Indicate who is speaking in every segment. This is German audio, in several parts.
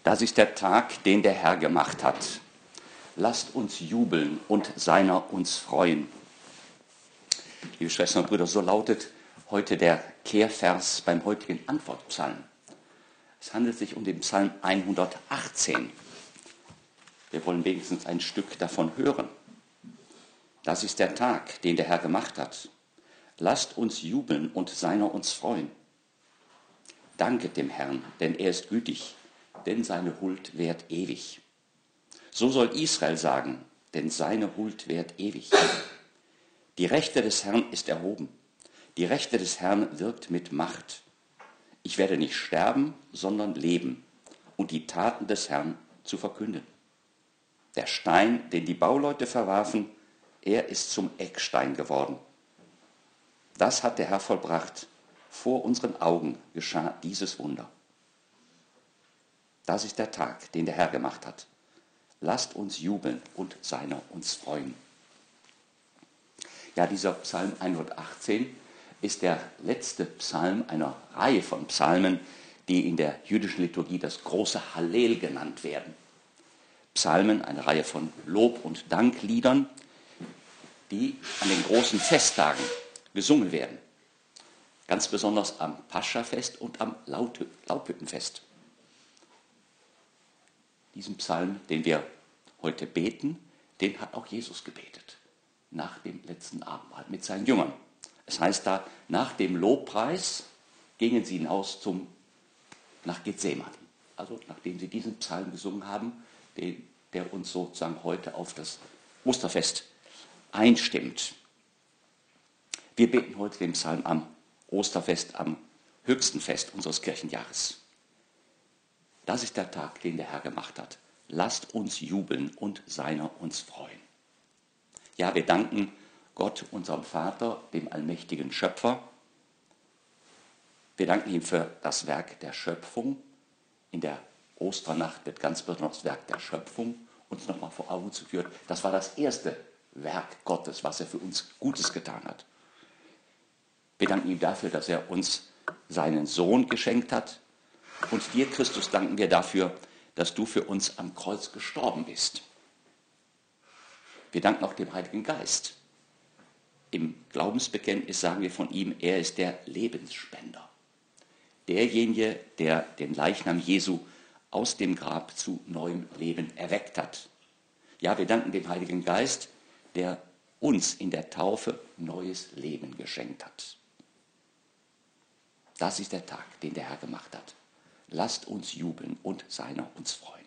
Speaker 1: Das ist der Tag, den der Herr gemacht hat. Lasst uns jubeln und seiner uns freuen. Liebe Schwestern und Brüder, so lautet heute der Kehrvers beim heutigen Antwortpsalm. Es handelt sich um den Psalm 118. Wir wollen wenigstens ein Stück davon hören. Das ist der Tag, den der Herr gemacht hat. Lasst uns jubeln und seiner uns freuen. Danket dem Herrn, denn er ist gütig, denn seine Huld währt ewig. So soll Israel sagen, denn seine Huld währt ewig. Die Rechte des Herrn ist erhoben. Die Rechte des Herrn wirkt mit Macht. Ich werde nicht sterben, sondern leben und die Taten des Herrn zu verkünden. Der Stein, den die Bauleute verwarfen, er ist zum Eckstein geworden. Das hat der Herr vollbracht. Vor unseren Augen geschah dieses Wunder. Das ist der Tag, den der Herr gemacht hat. Lasst uns jubeln und seiner uns freuen. Ja, dieser Psalm 118 ist der letzte Psalm einer Reihe von Psalmen, die in der jüdischen Liturgie das große Hallel genannt werden. Psalmen, eine Reihe von Lob- und Dankliedern, die an den großen Festtagen gesungen werden. Ganz besonders am Paschafest und am Laubhüttenfest. Diesen Psalm, den wir heute beten, den hat auch Jesus gebetet. Nach dem letzten Abendmahl mit seinen Jüngern. Es heißt da, nach dem Lobpreis gingen sie hinaus nach Gethsemane. Also nachdem sie diesen Psalm gesungen haben, der uns sozusagen heute auf das Osterfest einstimmt. Wir beten heute den Psalm am Osterfest, am höchsten Fest unseres Kirchenjahres. Das ist der Tag, den der Herr gemacht hat. Lasst uns jubeln und seiner uns freuen. Ja, wir danken Gott, unserem Vater, dem allmächtigen Schöpfer. Wir danken ihm für das Werk der Schöpfung. In der Osternacht wird ganz besonders das Werk der Schöpfung uns nochmal vor Augen zu führen. Das war das erste Werk Gottes, was er für uns Gutes getan hat. Wir danken ihm dafür, dass er uns seinen Sohn geschenkt hat. Und dir, Christus, danken wir dafür, dass du für uns am Kreuz gestorben bist. Wir danken auch dem Heiligen Geist. Im Glaubensbekenntnis sagen wir von ihm, er ist der Lebensspender. Derjenige, der den Leichnam Jesu aus dem Grab zu neuem Leben erweckt hat. Ja, wir danken dem Heiligen Geist, der uns in der Taufe neues Leben geschenkt hat. Das ist der Tag, den der Herr gemacht hat. Lasst uns jubeln und seiner uns freuen.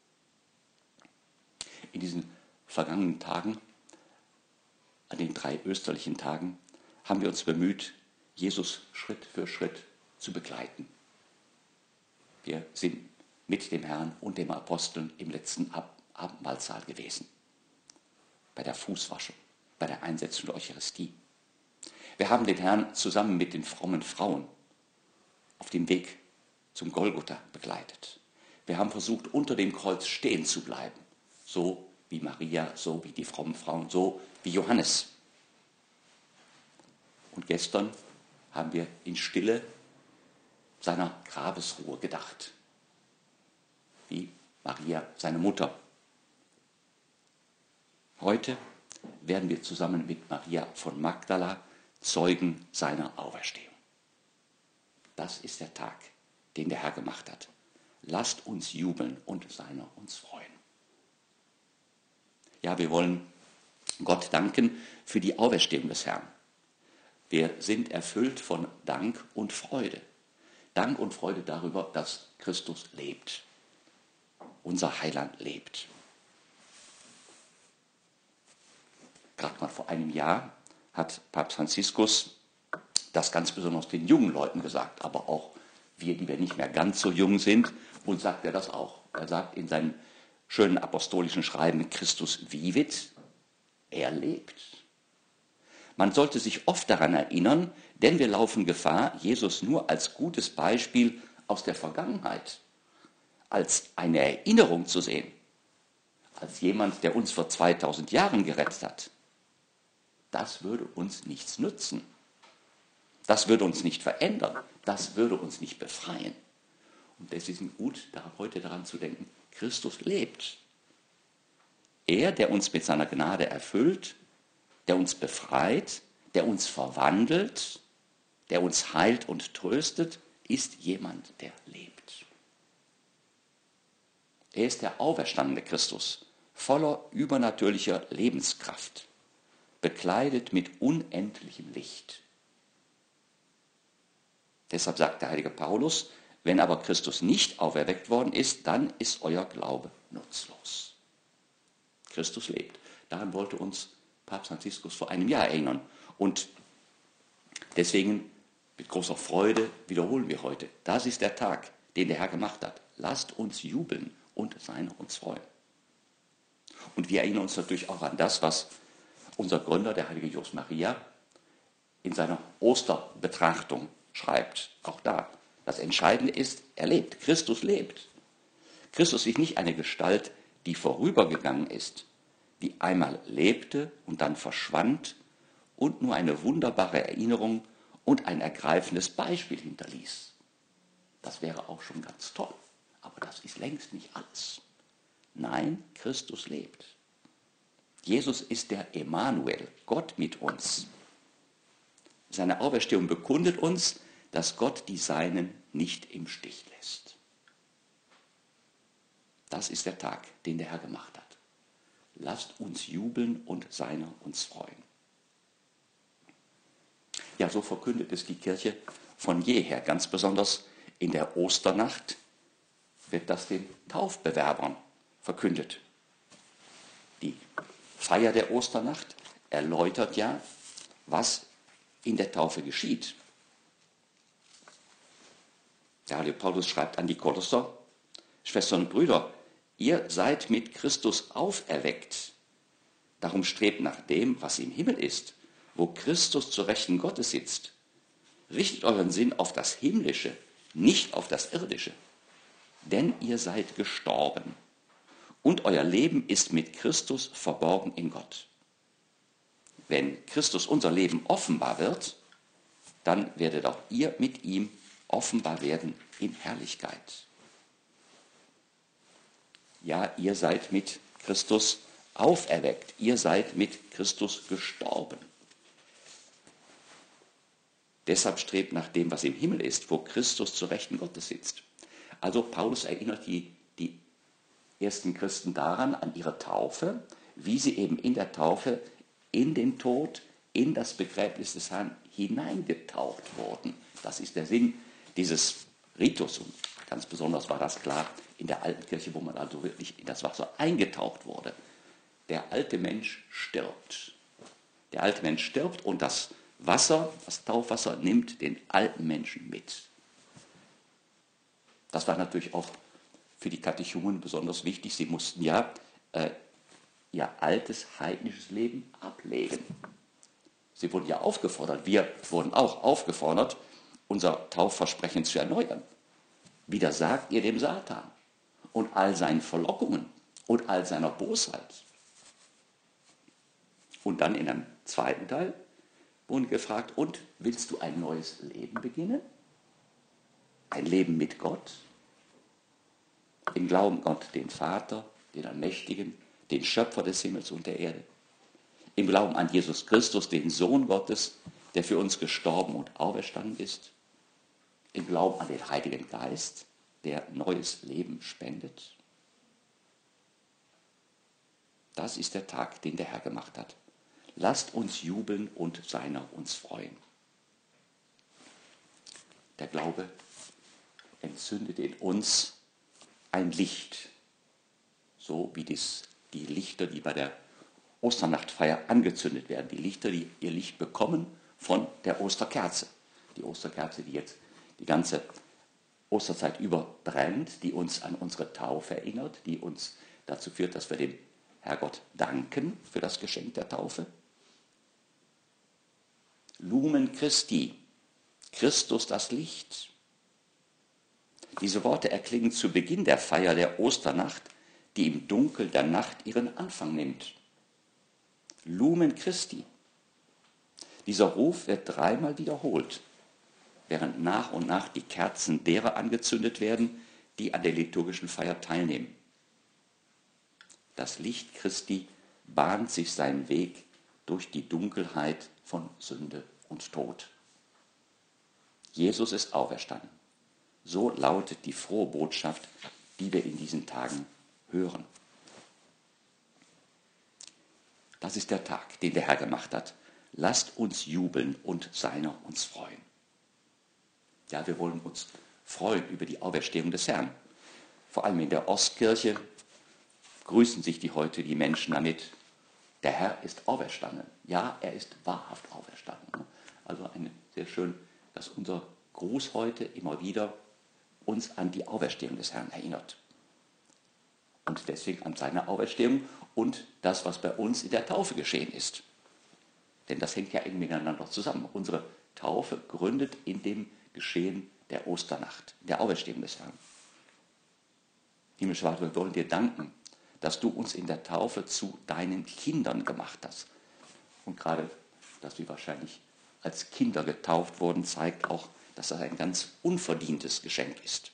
Speaker 1: In diesen vergangenen Tagen, an den 3 österlichen Tagen, haben wir uns bemüht, Jesus Schritt für Schritt zu begleiten. Wir sind mit dem Herrn und dem Aposteln im letzten Abendmahlsaal gewesen. Bei der Fußwaschung, bei der Einsetzung der Eucharistie. Wir haben den Herrn zusammen mit den frommen Frauen auf dem Weg zum Golgotha begleitet. Wir haben versucht, unter dem Kreuz stehen zu bleiben. So wie Maria, so wie die frommen Frauen, so wie Johannes. Und gestern haben wir in Stille seiner Grabesruhe gedacht. Wie Maria, seine Mutter. Heute werden wir zusammen mit Maria von Magdala Zeugen seiner Auferstehung. Das ist der Tag, den der Herr gemacht hat. Lasst uns jubeln und seiner uns freuen. Ja, wir wollen Gott danken für die Auferstehung des Herrn. Wir sind erfüllt von Dank und Freude. Dank und Freude darüber, dass Christus lebt. Unser Heiland lebt. Gerade mal vor einem Jahr hat Papst Franziskus das ganz besonders den jungen Leuten gesagt, aber auch wir, die wir nicht mehr ganz so jung sind, und sagt er das auch. Er sagt in seinem schönen apostolischen Schreiben, Christus vivit, er lebt. Man sollte sich oft daran erinnern, denn wir laufen Gefahr, Jesus nur als gutes Beispiel aus der Vergangenheit, als eine Erinnerung zu sehen, als jemand, der uns vor 2000 Jahren gerettet hat. Das würde uns nichts nützen. Das würde uns nicht verändern. Das würde uns nicht befreien. Und es ist gut, heute daran zu denken, Christus lebt. Er, der uns mit seiner Gnade erfüllt, der uns befreit, der uns verwandelt, der uns heilt und tröstet, ist jemand, der lebt. Er ist der auferstandene Christus, voller übernatürlicher Lebenskraft, bekleidet mit unendlichem Licht. Deshalb sagt der heilige Paulus, wenn aber Christus nicht auferweckt worden ist, dann ist euer Glaube nutzlos. Christus lebt. Daran wollte uns Papst Franziskus vor einem Jahr erinnern. Und deswegen mit großer Freude wiederholen wir heute, das ist der Tag, den der Herr gemacht hat. Lasst uns jubeln und uns freuen. Und wir erinnern uns natürlich auch an das, was unser Gründer, der heilige Josef Maria, in seiner Osterbetrachtung schreibt. Auch da. Das Entscheidende ist, er lebt. Christus lebt. Christus ist nicht eine Gestalt, die vorübergegangen ist, die einmal lebte und dann verschwand und nur eine wunderbare Erinnerung und ein ergreifendes Beispiel hinterließ. Das wäre auch schon ganz toll, aber das ist längst nicht alles. Nein, Christus lebt. Jesus ist der Emmanuel, Gott mit uns. Seine Auferstehung bekundet uns, dass Gott die Seinen nicht im Stich lässt. Das ist der Tag, den der Herr gemacht hat. Lasst uns jubeln und seiner uns freuen. Ja, so verkündet es die Kirche von jeher. Ganz besonders in der Osternacht wird das den Taufbewerbern verkündet. Die Feier der Osternacht erläutert ja, was in der Taufe geschieht. Der heilige Paulus schreibt an die Kolosser, Schwestern und Brüder, ihr seid mit Christus auferweckt. Darum strebt nach dem, was im Himmel ist, wo Christus zur Rechten Gottes sitzt. Richtet euren Sinn auf das Himmlische, nicht auf das Irdische. Denn ihr seid gestorben und euer Leben ist mit Christus verborgen in Gott. Wenn Christus unser Leben offenbar wird, dann werdet auch ihr mit ihm offenbar werden in Herrlichkeit. Ja, ihr seid mit Christus auferweckt. Ihr seid mit Christus gestorben. Deshalb strebt nach dem, was im Himmel ist, wo Christus zur Rechten Gottes sitzt. Also Paulus erinnert die ersten Christen daran, an ihre Taufe, wie sie eben in der Taufe in den Tod, in das Begräbnis des Herrn hineingetaucht wurden. Das ist der Sinn dieses Ritus. Und ganz besonders war das klar in der alten Kirche, wo man also wirklich in das Wasser eingetaucht wurde. Der alte Mensch stirbt. Der alte Mensch stirbt und das Wasser, das Taufwasser, nimmt den alten Menschen mit. Das war natürlich auch für die Katechumen besonders wichtig. Sie mussten ja ihr altes heidnisches Leben ablegen. Sie wurden ja aufgefordert, wir wurden auch aufgefordert, unser Taufversprechen zu erneuern. Widersagt ihr dem Satan und all seinen Verlockungen und all seiner Bosheit. Und dann in einem zweiten Teil wurden gefragt, und willst du ein neues Leben beginnen? Ein Leben mit Gott? Im Glauben Gott, den Vater, den Allmächtigen, den Schöpfer des Himmels und der Erde. Im Glauben an Jesus Christus, den Sohn Gottes, der für uns gestorben und auferstanden ist. Im Glauben an den Heiligen Geist, der neues Leben spendet. Das ist der Tag, den der Herr gemacht hat. Lasst uns jubeln und seiner uns freuen. Der Glaube entzündet in uns ein Licht, so wie die Lichter, die bei der Osternachtfeier angezündet werden. Die Lichter, die ihr Licht bekommen von der Osterkerze. Die Osterkerze, die jetzt die ganze Osterzeit über brennt, die uns an unsere Taufe erinnert, die uns dazu führt, dass wir dem Herrgott danken für das Geschenk der Taufe. Lumen Christi, Christus das Licht. Diese Worte erklingen zu Beginn der Feier der Osternacht, die im Dunkel der Nacht ihren Anfang nimmt. Lumen Christi. Dieser Ruf wird dreimal wiederholt, während nach und nach die Kerzen derer angezündet werden, die an der liturgischen Feier teilnehmen. Das Licht Christi bahnt sich seinen Weg durch die Dunkelheit von Sünde und Tod. Jesus ist auferstanden. So lautet die frohe Botschaft, die wir in diesen Tagen hören. Das ist der Tag, den der Herr gemacht hat. Lasst uns jubeln und seiner uns freuen. Ja, wir wollen uns freuen über die Auferstehung des Herrn. Vor allem in der Ostkirche grüßen sich die Menschen damit, der Herr ist auferstanden. Ja, er ist wahrhaft auferstanden. Also sehr schön, dass unser Gruß heute immer wieder uns an die Auferstehung des Herrn erinnert. Und deswegen an seine Auferstehung und das, was bei uns in der Taufe geschehen ist. Denn das hängt ja eng miteinander zusammen. Unsere Taufe gründet in dem Geschehen der Osternacht, der Auferstehung des Herrn. Himmlischer Vater, wir wollen dir danken, dass du uns in der Taufe zu deinen Kindern gemacht hast. Und gerade, dass wir wahrscheinlich als Kinder getauft wurden, zeigt auch, dass das ein ganz unverdientes Geschenk ist.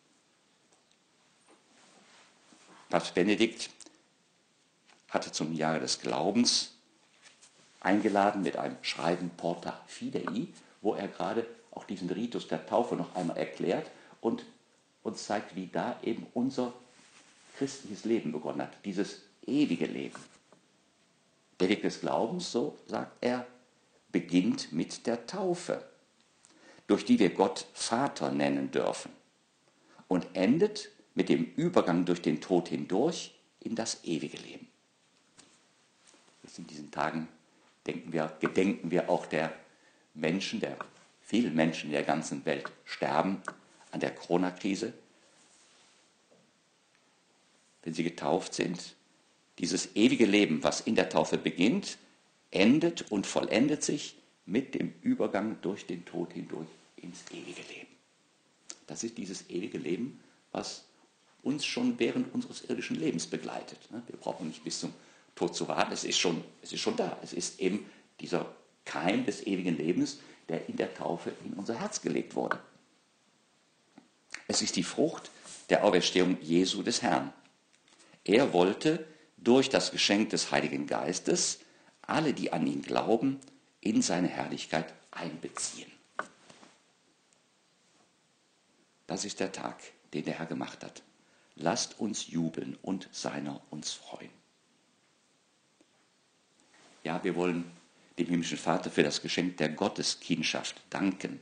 Speaker 1: Papst Benedikt hatte zum Jahre des Glaubens eingeladen mit einem Schreiben Porta Fidei, wo er gerade auch diesen Ritus der Taufe noch einmal erklärt und uns zeigt, wie da eben unser christliches Leben begonnen hat, dieses ewige Leben. Der Weg des Glaubens, so sagt er, beginnt mit der Taufe, durch die wir Gott Vater nennen dürfen und endet mit dem Übergang durch den Tod hindurch in das ewige Leben. Jetzt in diesen Tagen gedenken wir auch der vielen Menschen in der ganzen Welt sterben an der Corona-Krise. Wenn sie getauft sind, dieses ewige Leben, was in der Taufe beginnt, endet und vollendet sich mit dem Übergang durch den Tod hindurch ins ewige Leben. Das ist dieses ewige Leben, was uns schon während unseres irdischen Lebens begleitet. Wir brauchen nicht bis zum Tod zu warten, es ist schon da. Es ist eben dieser Keim des ewigen Lebens, der in der Taufe in unser Herz gelegt wurde. Es ist die Frucht der Auferstehung Jesu des Herrn. Er wollte durch das Geschenk des Heiligen Geistes alle, die an ihn glauben, in seine Herrlichkeit einbeziehen. Das ist der Tag, den der Herr gemacht hat. Lasst uns jubeln und seiner uns freuen. Ja, wir wollen dem himmlischen Vater für das Geschenk der Gotteskindschaft danken.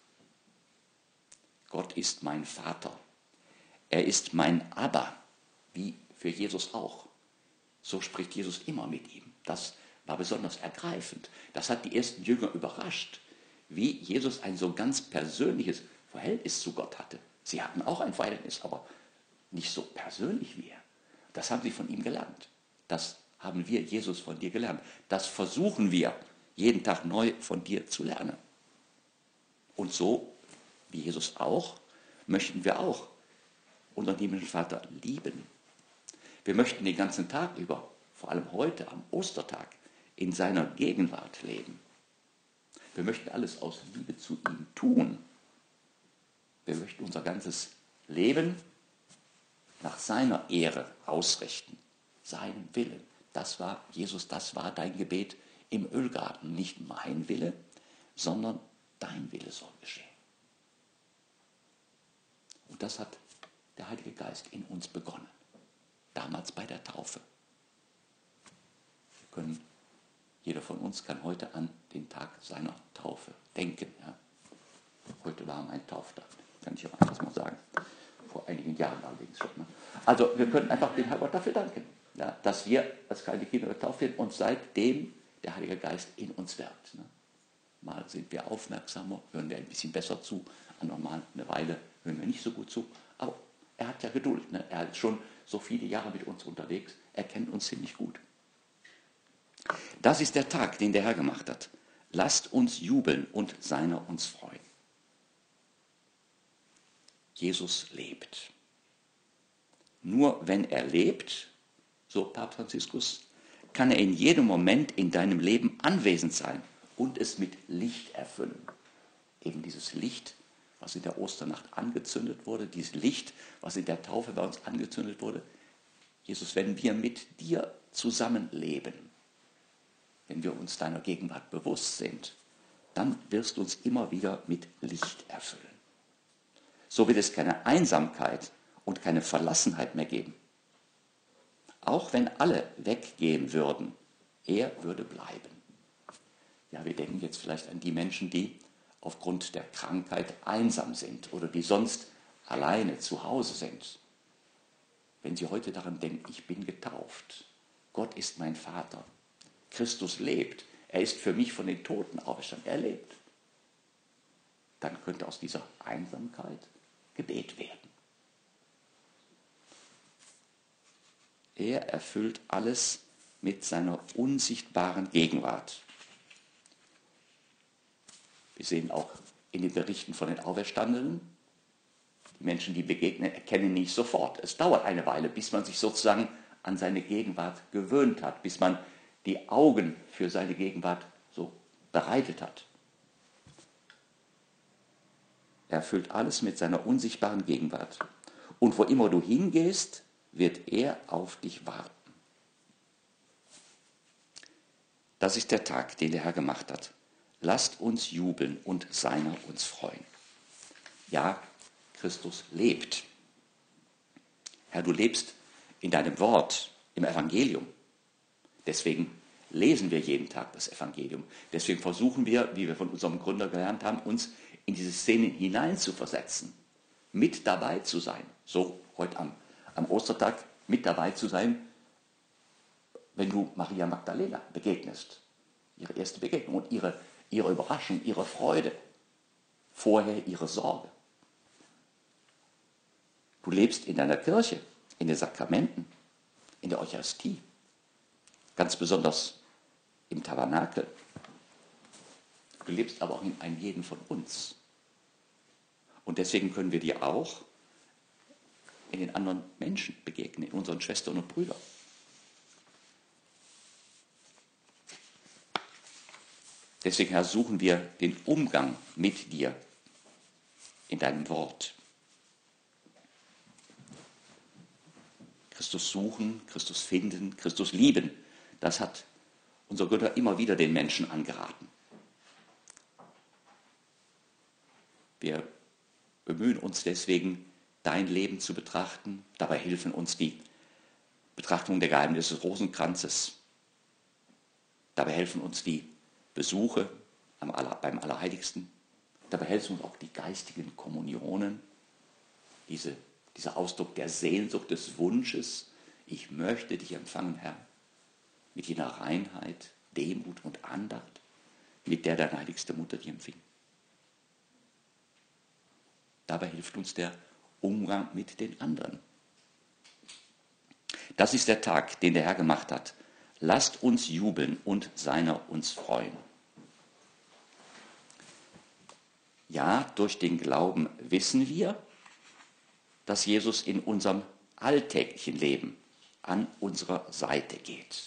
Speaker 1: Gott ist mein Vater. Er ist mein Abba, wie für Jesus auch. So spricht Jesus immer mit ihm. Das war besonders ergreifend. Das hat die ersten Jünger überrascht, wie Jesus ein so ganz persönliches Verhältnis zu Gott hatte. Sie hatten auch ein Verhältnis, aber nicht so persönlich wie er. Das haben sie von ihm gelernt. Das haben wir, Jesus, von dir gelernt. Das versuchen wir jeden Tag neu von dir zu lernen. Und so, wie Jesus auch, möchten wir auch unseren himmlischen Vater lieben. Wir möchten den ganzen Tag über, vor allem heute am Ostertag, in seiner Gegenwart leben. Wir möchten alles aus Liebe zu ihm tun. Wir möchten unser ganzes Leben nach seiner Ehre ausrichten, seinen Willen. Das war, Jesus, das war dein Gebet im Ölgarten. Nicht mein Wille, sondern dein Wille soll geschehen. Und das hat der Heilige Geist in uns begonnen. Damals bei der Taufe. Jeder von uns kann heute an den Tag seiner Taufe denken. Ja. Heute war mein Tauftag, kann ich auch einfach mal sagen. Vor einigen Jahren allerdings schon. Ne? Also wir können einfach dem Herrgott dafür danken, ja, dass wir als kleine Kinder getauft werden und seitdem der Heilige Geist in uns wirkt. Ne? Mal sind wir aufmerksamer, hören wir ein bisschen besser zu, normal eine Weile hören wir nicht so gut zu, aber er hat ja Geduld. Ne? Er ist schon so viele Jahre mit uns unterwegs, er kennt uns ziemlich gut. Das ist der Tag, den der Herr gemacht hat. Lasst uns jubeln und seiner uns freuen. Jesus lebt. Nur wenn er lebt, so Papst Franziskus, kann er in jedem Moment in deinem Leben anwesend sein und es mit Licht erfüllen. Eben dieses Licht, was in der Osternacht angezündet wurde, dieses Licht, was in der Taufe bei uns angezündet wurde. Jesus, wenn wir mit dir zusammenleben, wenn wir uns deiner Gegenwart bewusst sind, dann wirst du uns immer wieder mit Licht erfüllen. So wird es keine Einsamkeit und keine Verlassenheit mehr geben. Auch wenn alle weggehen würden, er würde bleiben. Ja, wir denken jetzt vielleicht an die Menschen, die aufgrund der Krankheit einsam sind oder die sonst alleine zu Hause sind. Wenn Sie heute daran denken, ich bin getauft, Gott ist mein Vater, Christus lebt, er ist für mich von den Toten auferstanden, er lebt, dann könnte aus dieser Einsamkeit Gebet werden. Er erfüllt alles mit seiner unsichtbaren Gegenwart. Wir sehen auch in den Berichten von den Auferstandenen, die Menschen, die begegnen, erkennen nicht sofort. Es dauert eine Weile, bis man sich sozusagen an seine Gegenwart gewöhnt hat, bis man die Augen für seine Gegenwart so bereitet hat. Er erfüllt alles mit seiner unsichtbaren Gegenwart. Und wo immer du hingehst, wird er auf dich warten. Das ist der Tag, den der Herr gemacht hat. Lasst uns jubeln und seiner uns freuen. Ja, Christus lebt. Herr, du lebst in deinem Wort, im Evangelium. Deswegen lesen wir jeden Tag das Evangelium. Deswegen versuchen wir, wie wir von unserem Gründer gelernt haben, uns in diese Szene hineinzuversetzen, mit dabei zu sein. So heute am Ostertag mit dabei zu sein, wenn du Maria Magdalena begegnest. Ihre erste Begegnung und ihre Überraschung, ihre Freude, vorher ihre Sorge. Du lebst in deiner Kirche, in den Sakramenten, in der Eucharistie, ganz besonders im Tabernakel. Du lebst aber auch in einem jeden von uns. Und deswegen können wir dir auch in den anderen Menschen begegnen, in unseren Schwestern und Brüdern. Deswegen, Herr, suchen wir den Umgang mit dir in deinem Wort. Christus suchen, Christus finden, Christus lieben, das hat unser Götter immer wieder den Menschen angeraten. Wir bemühen uns deswegen, dein Leben zu betrachten. Dabei helfen uns die Betrachtung der Geheimnisse des Rosenkranzes. Dabei helfen uns die Besuche beim Allerheiligsten. Dabei helfen uns auch die geistigen Kommunionen, dieser Ausdruck der Sehnsucht, des Wunsches. Ich möchte dich empfangen, Herr, mit jener Reinheit, Demut und Andacht, mit der deine heiligste Mutter dich empfing. Dabei hilft uns der Umgang mit den anderen. Das ist der Tag, den der Herr gemacht hat. Lasst uns jubeln und seiner uns freuen. Ja, durch den Glauben wissen wir, dass Jesus in unserem alltäglichen Leben an unserer Seite geht.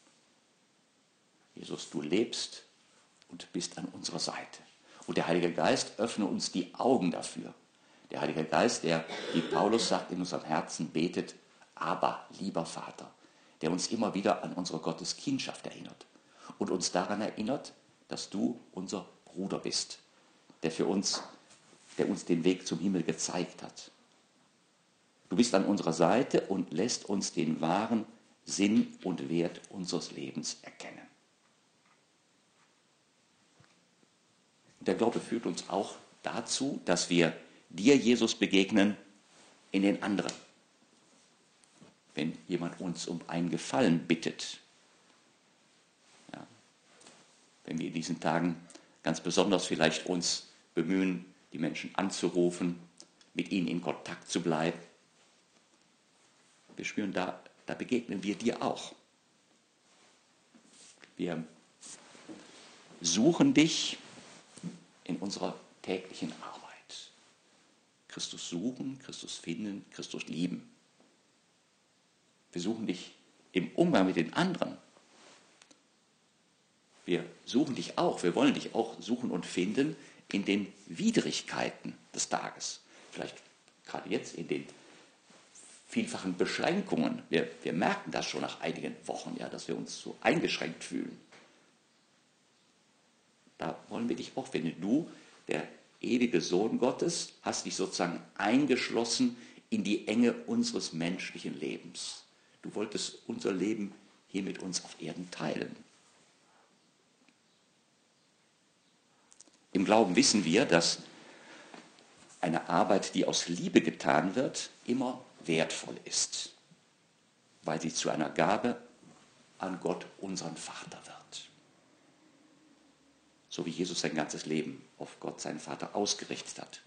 Speaker 1: Jesus, du lebst und bist an unserer Seite. Und der Heilige Geist öffne uns die Augen dafür. Der Heilige Geist, der, wie Paulus sagt, in unserem Herzen betet, aber lieber Vater, der uns immer wieder an unsere Gotteskindschaft erinnert und uns daran erinnert, dass du unser Bruder bist, der uns den Weg zum Himmel gezeigt hat. Du bist an unserer Seite und lässt uns den wahren Sinn und Wert unseres Lebens erkennen. Und der Glaube führt uns auch dazu, dass wir dir, Jesus, begegnen in den anderen. Wenn jemand uns um einen Gefallen bittet, ja, wenn wir in diesen Tagen ganz besonders vielleicht uns bemühen, die Menschen anzurufen, mit ihnen in Kontakt zu bleiben, wir spüren, da begegnen wir dir auch. Wir suchen dich in unserer täglichen Arbeit. Christus suchen, Christus finden, Christus lieben. Wir suchen dich im Umgang mit den anderen. Wir suchen dich auch, wir wollen dich auch suchen und finden in den Widrigkeiten des Tages. Vielleicht gerade jetzt in den vielfachen Beschränkungen. Wir merken das schon nach einigen Wochen, ja, dass wir uns so eingeschränkt fühlen. Da wollen wir dich auch, wenn du, der ewige Sohn Gottes, hast dich sozusagen eingeschlossen in die Enge unseres menschlichen Lebens. Du wolltest unser Leben hier mit uns auf Erden teilen. Im Glauben wissen wir, dass eine Arbeit, die aus Liebe getan wird, immer wertvoll ist, weil sie zu einer Gabe an Gott, unseren Vater, wird. So wie Jesus sein ganzes Leben auf Gott, seinen Vater, ausgerichtet hat.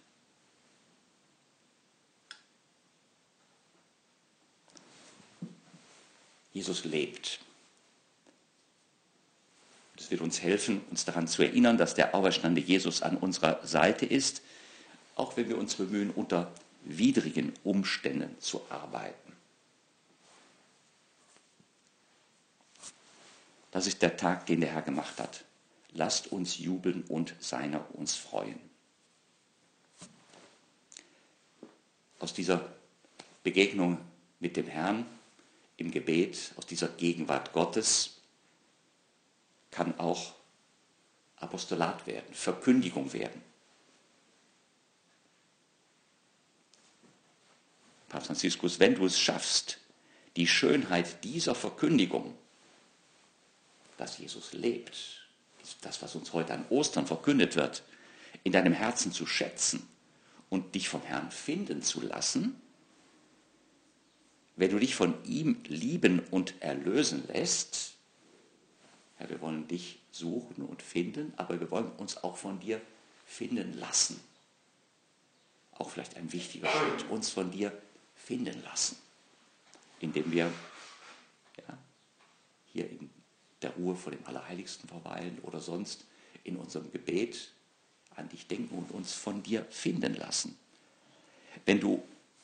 Speaker 1: Jesus lebt. Das wird uns helfen, uns daran zu erinnern, dass der auferstandene Jesus an unserer Seite ist, auch wenn wir uns bemühen, unter widrigen Umständen zu arbeiten. Das ist der Tag, den der Herr gemacht hat. Lasst uns jubeln und seiner uns freuen. Aus dieser Begegnung mit dem Herrn im Gebet, aus dieser Gegenwart Gottes, kann auch Apostolat werden, Verkündigung werden. Papst Franziskus, wenn du es schaffst, die Schönheit dieser Verkündigung, dass Jesus lebt, das, was uns heute an Ostern verkündet wird, in deinem Herzen zu schätzen und dich vom Herrn finden zu lassen, wenn du dich von ihm lieben und erlösen lässt, ja, wir wollen dich suchen und finden, aber wir wollen uns auch von dir finden lassen. Auch vielleicht ein wichtiger Schritt, uns von dir finden lassen, indem wir hier in der Ruhe vor dem Allerheiligsten verweilen oder sonst in unserem Gebet an dich denken und uns von dir finden lassen. Wenn du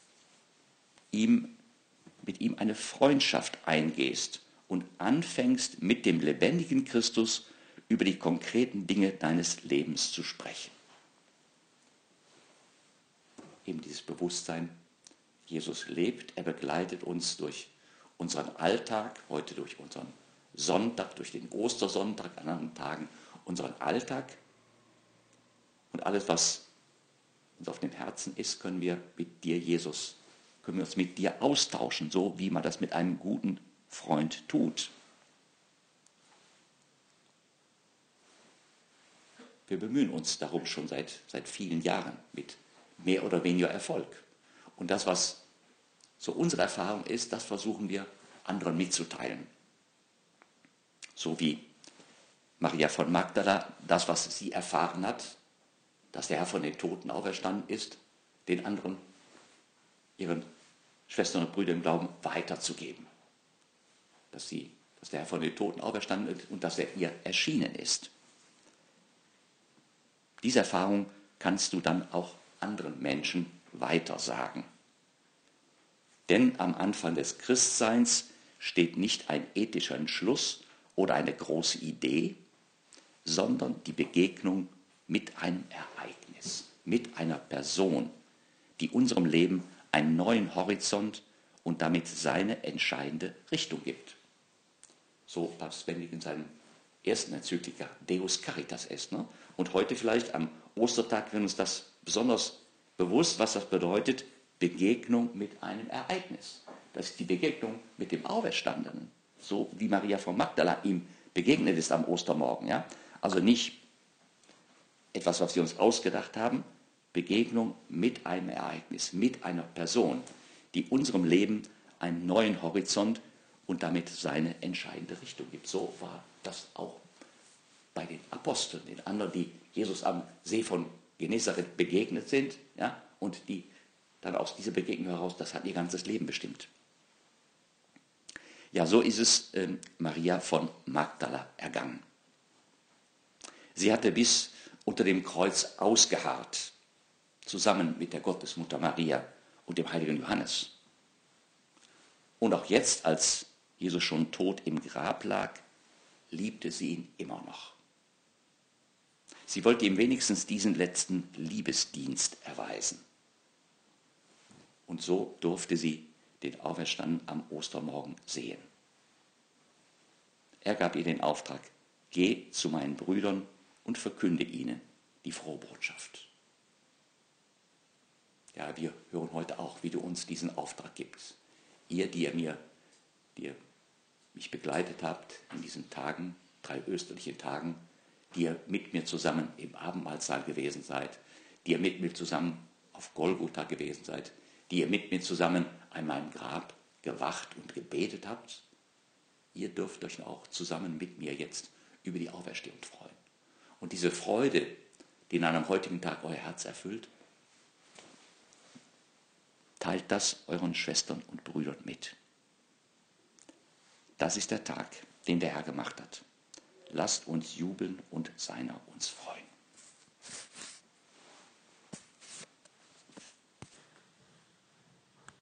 Speaker 1: mit ihm eine Freundschaft eingehst und anfängst, mit dem lebendigen Christus über die konkreten Dinge deines Lebens zu sprechen. Eben dieses Bewusstsein, Jesus lebt, er begleitet uns durch unseren Alltag, heute durch unseren Sonntag, durch den Ostersonntag, an anderen Tagen unseren Alltag. Und alles, was uns auf dem Herzen ist, können wir mit dir, Jesus, können wir uns mit dir austauschen, so wie man das mit einem guten Freund tut. Wir bemühen uns darum schon seit vielen Jahren mit mehr oder weniger Erfolg. Und das, was so unsere Erfahrung ist, das versuchen wir anderen mitzuteilen. So wie Maria von Magdala, das, was sie erfahren hat, dass der Herr von den Toten auferstanden ist, den anderen, ihren Schwestern und Brüdern im Glauben weiterzugeben. Dass der Herr von den Toten auferstanden ist und dass er ihr erschienen ist. Diese Erfahrung kannst du dann auch anderen Menschen weitersagen. Denn am Anfang des Christseins steht nicht ein ethischer Entschluss oder eine große Idee, sondern die Begegnung mit einem Ereignis, mit einer Person, die unserem Leben einen neuen Horizont und damit seine entscheidende Richtung gibt. So Papst Benedikt in seinem ersten Enzyklika Deus Caritas est. Ne? Und heute vielleicht am Ostertag wird uns das besonders bewusst, was das bedeutet, Begegnung mit einem Ereignis. Das ist die Begegnung mit dem Auferstandenen, so wie Maria von Magdala ihm begegnet ist am Ostermorgen. Ja? Also nicht etwas, was wir uns ausgedacht haben, Begegnung mit einem Ereignis, mit einer Person, die unserem Leben einen neuen Horizont und damit seine entscheidende Richtung gibt. So war das auch bei den Aposteln, den anderen, die Jesus am See von Genezareth begegnet sind, ja, und die dann aus dieser Begegnung heraus, das hat ihr ganzes Leben bestimmt. Ja, so ist es Maria von Magdala ergangen. Sie hatte bis unter dem Kreuz ausgeharrt, zusammen mit der Gottesmutter Maria und dem heiligen Johannes. Und auch jetzt, als Jesus schon tot im Grab lag, liebte sie ihn immer noch. Sie wollte ihm wenigstens diesen letzten Liebesdienst erweisen. Und so durfte sie den Auferstandenen am Ostermorgen sehen. Er gab ihr den Auftrag, geh zu meinen Brüdern und verkünde ihnen die frohe Botschaft. Ja, wir hören heute auch, wie du uns diesen Auftrag gibst. Ihr, die ihr mich begleitet habt in diesen Tagen, 3 österlichen Tagen, die ihr mit mir zusammen im Abendmahlsaal gewesen seid, die ihr mit mir zusammen auf Golgotha gewesen seid, die ihr mit mir zusammen an meinem Grab gewacht und gebetet habt, ihr dürft euch auch zusammen mit mir jetzt über die Auferstehung freuen. Und diese Freude, die an einem heutigen Tag euer Herz erfüllt, teilt das euren Schwestern und Brüdern mit. Das ist der Tag, den der Herr gemacht hat. Lasst uns jubeln und seiner uns freuen.